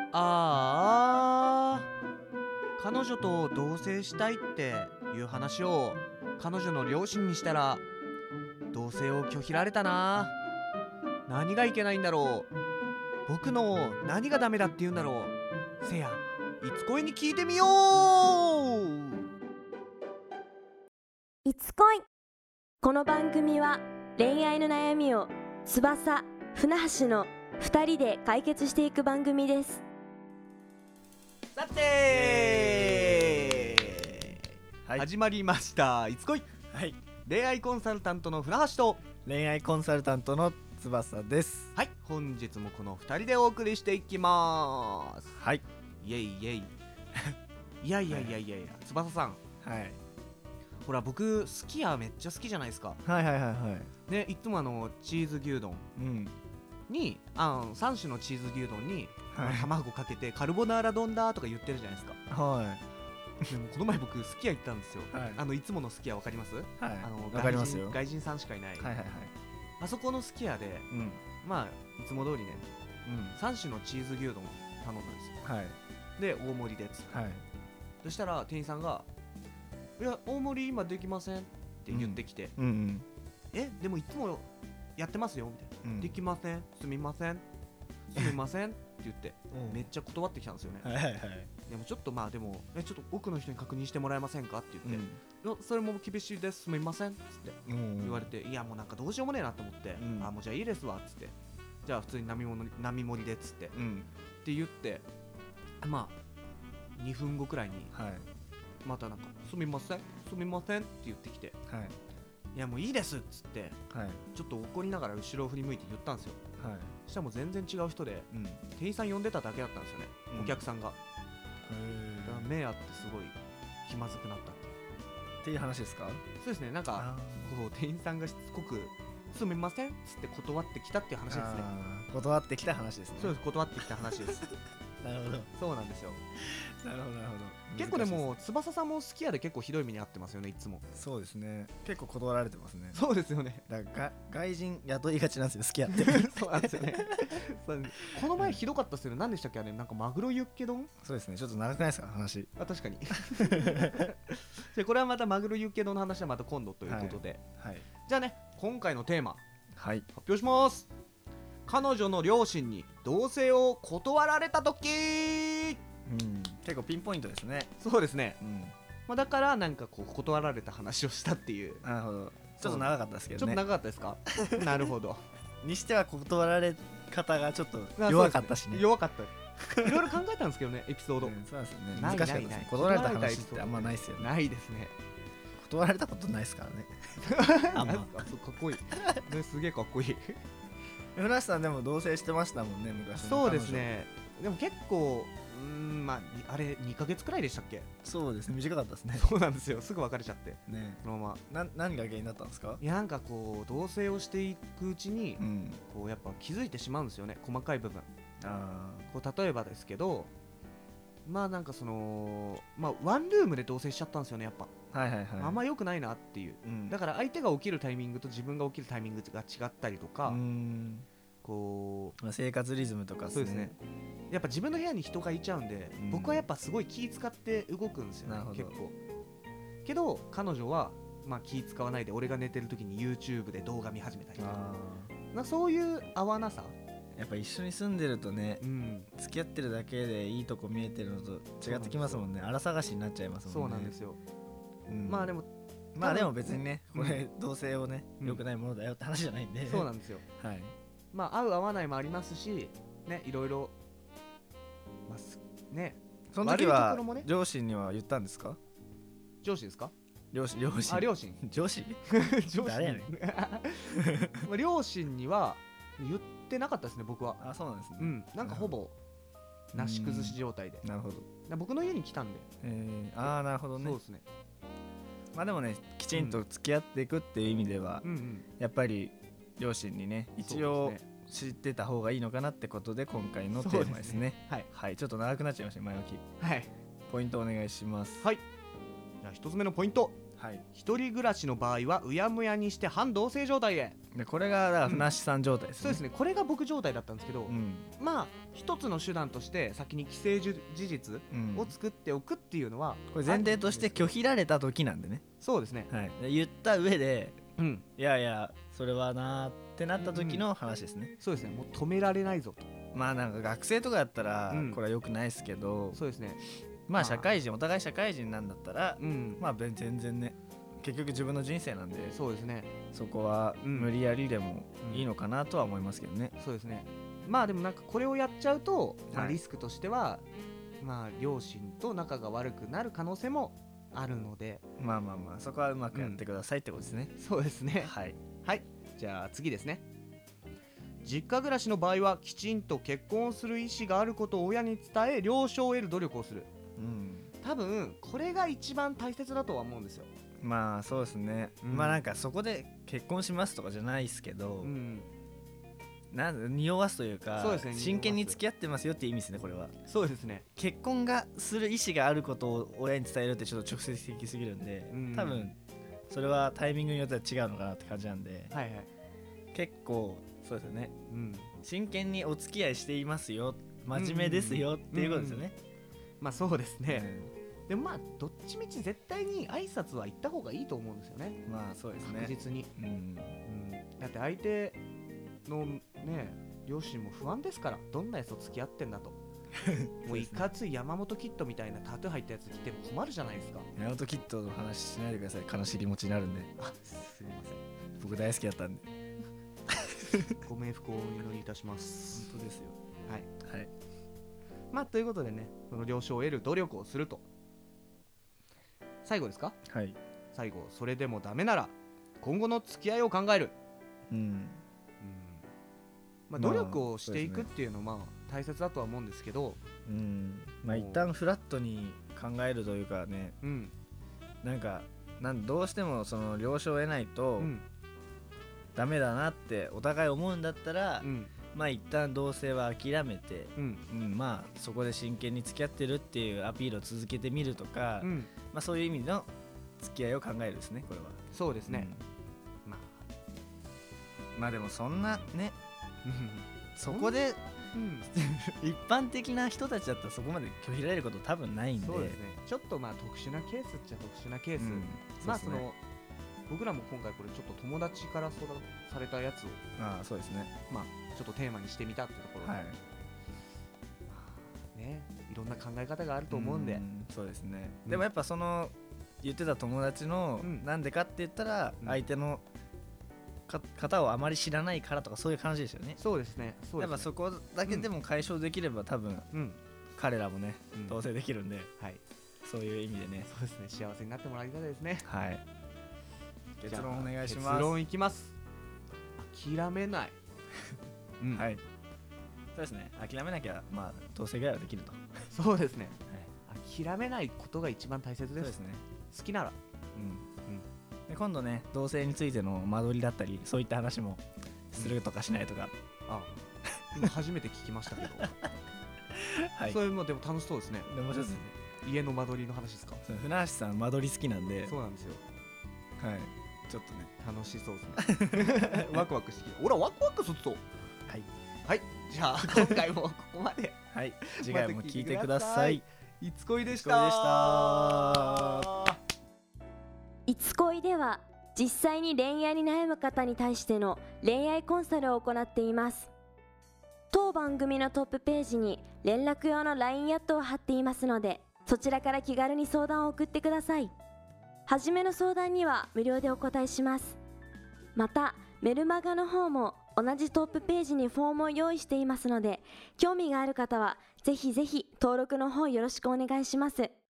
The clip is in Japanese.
彼女と同棲したいっていう話を彼女の両親にしたら同棲を拒否られたな。何がいけないんだろう。僕の何がダメだって言うんだろう。せや、いつ恋に聞いてみよう。 いつ恋。この番組は恋愛の悩みを翼、船橋の2人で解決していく番組です。 さて、 はい、 始まりましたいつ恋。 はい、 恋愛コンサルタントの船橋と恋愛コンサルタントの翼です。 はい、本日もこの2人でお送りしていきます。 はい、 イエイイエイいや翼さん、 はい、 ほら僕すき家めっちゃ好きじゃないですか。 はいはいはいはいね、いつもチーズ牛丼に3種のチーズ牛丼に、 はい、 卵かけてカルボナーラ丼だとか言ってるじゃないですか。 はいでもこの前僕すき家行ったんですよ、 はい、 いつものすき家わかります？ はい、わかりますよ。 外人さんしかいない、 はいはいはい、 あそこのすき家で、まあいつも通りね、3種のチーズ牛丼頼んだんですよ。 はい、 で大盛りでっつって、 はい、 そしたら店員さんがいや大盛り今できませんって言ってきて、えでもいつもやってますよみたいな、できません、すみませんすみませんって言ってめっちゃ断ってきたんですよね。 はいはいはい、 でもちょっとちょっと奥の人に確認してもらえませんかって言って、いやそれも厳しいです、すみませんっつって言われて、いやもうなんかどうしようもねえなと思って、もうじゃあいいですわっつって、じゃあ普通に並盛りでっつって、って言ってまあ2分後くらいに、またなんかすみませんすみませんって言ってきて、いやもういいですっつって、ちょっと怒りながら後ろを振り向いて言ったんですよ。そしたらもう全然違う人で、店員さん呼んでただけだったんですよね、お客さんが。だから目あってすごい気まずくなったっていう話ですか？ そうですね、なんかこう店員さんがしつこくすみませんっつって断ってきたっていう話ですね。 断ってきた話ですね。 そうです、断ってきた話ですなるほど、 そうなんですよ。 なるほどなるほど。 結構でも翼さんもすき家で結構ひどい目に遭ってますよね、いつも。 そうですね、結構断られてますね。 そうですよね、 だから外人雇いがちなんですよ、すき家ってそうなんですよねこの前ひどかったっすよね、何でしたっけあれ、なんかマグロユッケ丼。 そうですね、ちょっと長くないですか話。 確かにでこれはまたマグロユッケ丼の話はまた今度ということで、じゃあね、今回のテーマ、発表します。彼女の両親に同棲を断られた時。 結構ピンポイントですね。 そうですね、だからなんかこう断られた話をしたっていう。 なるほど、ちょっと長かったですけどね。 ちょっと長かったですかなるほどにしては断られ方がちょっと弱かったしね。 弱かったいろいろ考えたんですけどね、エピソード。 そうですよね、 難しかったですね。断られた話ってあんまないですよね。 ないですね。 断られたことないですからねあんまかっこいいね、すげえかっこいい船橋さんでも同棲してましたもんね、昔。 そうですね、でも結構あれ2ヶ月くらいでしたっけ？ そうですね、短かったですね。 そうなんですよ、すぐ別れちゃってね。そのまま何が原因だったんですか？ いやなんかこう同棲をしていくうちに、こうやっぱ気づいてしまうんですよね、細かい部分。こう例えばですけど、なんかそのワンルームで同棲しちゃったんですよね、やっぱ。あんま良くないなっていう、だから相手が起きるタイミングと自分が起きるタイミングが違ったりとか、こう生活リズムとか。 そうですね、やっぱ自分の部屋に人がいちゃうんで、僕はやっぱすごい気使って動くんですよね、結構。けど彼女は気使わないで俺が寝てる時に YouTube で動画見始めたりとか、そういう合わなさ。 やっぱ一緒に住んでるとね、付き合ってるだけでいいとこ見えてるのと違ってきますもんね。荒探しになっちゃいますもんね。 そうなんですよ。でも別にね、 これ同棲をね、良くないものだよって話じゃないんで。 そうなんですよ。合う合わないもありますしね、いろいろね。 その時は両親には言ったんですか？ 上司ですか？ 両親上司上司誰やねん両親には言ってなかったですね、僕は。 そうなんですね。 なんかほぼなし崩し状態で。 なるほど。 僕の家に来たんで。 なるほどね。 そうですね。 でもね、きちんと付き合っていくっていう意味では、やっぱり両親にね、一応知ってた方がいいのかなってことで、今回のテーマですね。はい、ちょっと長くなっちゃいました前置き。ポイントお願いします。 じゃあ1つ目のポイント。一人暮らしの場合はうやむやにして半同棲状態へ。 でこれがだからふなっしさん状態ですね、 そうですね、これが僕状態だったんですけど、まあ一つの手段として先に既成事実を作っておくっていうのは、 これ前提として拒否られた時なんでね。 そうですね、 はい、言った上で、いやいやそれはなーってなった時の話ですね、 そうですね、もう止められないぞと。 まあなんか学生とかやったらこれは良くないですけど、 そうですね、 まあ社会人、お互い社会人なんだったら、まあ全然ね、結局自分の人生なんで、 そうですね、 そこは無理やりでもいいのかなとは思いますけどね。 そうですね、まあでもなんかこれをやっちゃうと、まあ、リスクとしては、まあ両親と仲が悪くなる可能性もあるので、 まあそこはうまくやってくださいってことですね。 そうですね、はい、じゃあ次ですね。実家暮らしの場合はきちんと結婚する意思があることを親に伝え了承を得る努力をする、多分これが一番大切だとは思うんですよ。 まあそうですね、まあなんかそこで結婚しますとかじゃないですけど、匂わすというか、そうですね、真剣に付き合ってますよっていう意味ですね、これは。 そうですね、 結婚がする意思があることを親に伝えるってちょっと直接的すぎるんで、多分それはタイミングによっては違うのかなって感じなんで、結構そうですよね、真剣にお付き合いしていますよ、真面目ですよっていうことですよね。 まあそうですね、でもまあどっちみち絶対に挨拶は行った方がいいと思うんですよね。 まあそうですね、 確実に、だって相手のね両親も不安ですから、どんなやつと付き合ってんだともういかつい山本キッドみたいなタトゥー入ったやつ来ても困るじゃないですか。 山本キッドの話しないでください、悲しい気持ちになるんで。 すみません、 僕大好きだったんでご冥福をお祈りいたします。 本当ですよ。はい、 まあということでね、その了承を得る努力をすると。最後ですか。最後、それでもダメなら今後の付き合いを考える。まあ努力をしていくっていうのはまあ大切だとは思うんですけど、 まあ一旦フラットに考えるというかね、なんかどうしてもその了承を得ないとダメだなってお互い思うんだったら、まあ一旦同棲は諦めて、まあそこで真剣に付き合ってるっていうアピールを続けてみるとか、まあそういう意味の付き合いを考えるですね、これは。 そうですね、 まあでもそんなねそこで一般的な人たちだったらそこまで拒否られること多分ないんで、 そうですね、ちょっとまあ特殊なケースっちゃ特殊なケース、まあその僕らも今回これちょっと友達から相談されたやつをそうですね、 まあちょっとテーマにしてみたっていうところで、ね、いろんな考え方があると思うんで、 そうですね、でもやっぱその言ってた友達のなんでかって言ったら相手の方をあまり知らないからとかそういう感じですよね。 そうですね、 やっぱそこだけでも解消できれば多分彼らもね同棲できるんで、そういう意味でね、 そうですね、幸せになってもらいたいですね。 結論お願いします。 結論いきます。諦めないそうですね、諦めなきゃまあ同棲ぐらいはできると。 そうですね、諦めないことが一番大切です。 そうですね、 好きならで今度ね、同棲についての間取りだったりそういった話もするとかしないとか、 今初めて聞きましたけどそういうのでも楽しそうですね。 面白いですね。 家の間取りの話ですか。 船橋さん間取り好きなんで。 そうなんですよ、 ちょっとね楽しそうですねワクワクしてきた。俺はワクワクすると。じゃあ今回もここまで次回も聞いてください。 いつこいでした。 いつ恋では実際に恋愛に悩む方に対しての恋愛コンサルを行っています。当番組のトップページに連絡用の LINE アットを貼っていますので、そちらから気軽に相談を送ってください。初めの相談には無料でお答えします。またメルマガの方も同じトップページにフォームを用意していますので、興味がある方はぜひぜひ登録の方よろしくお願いします。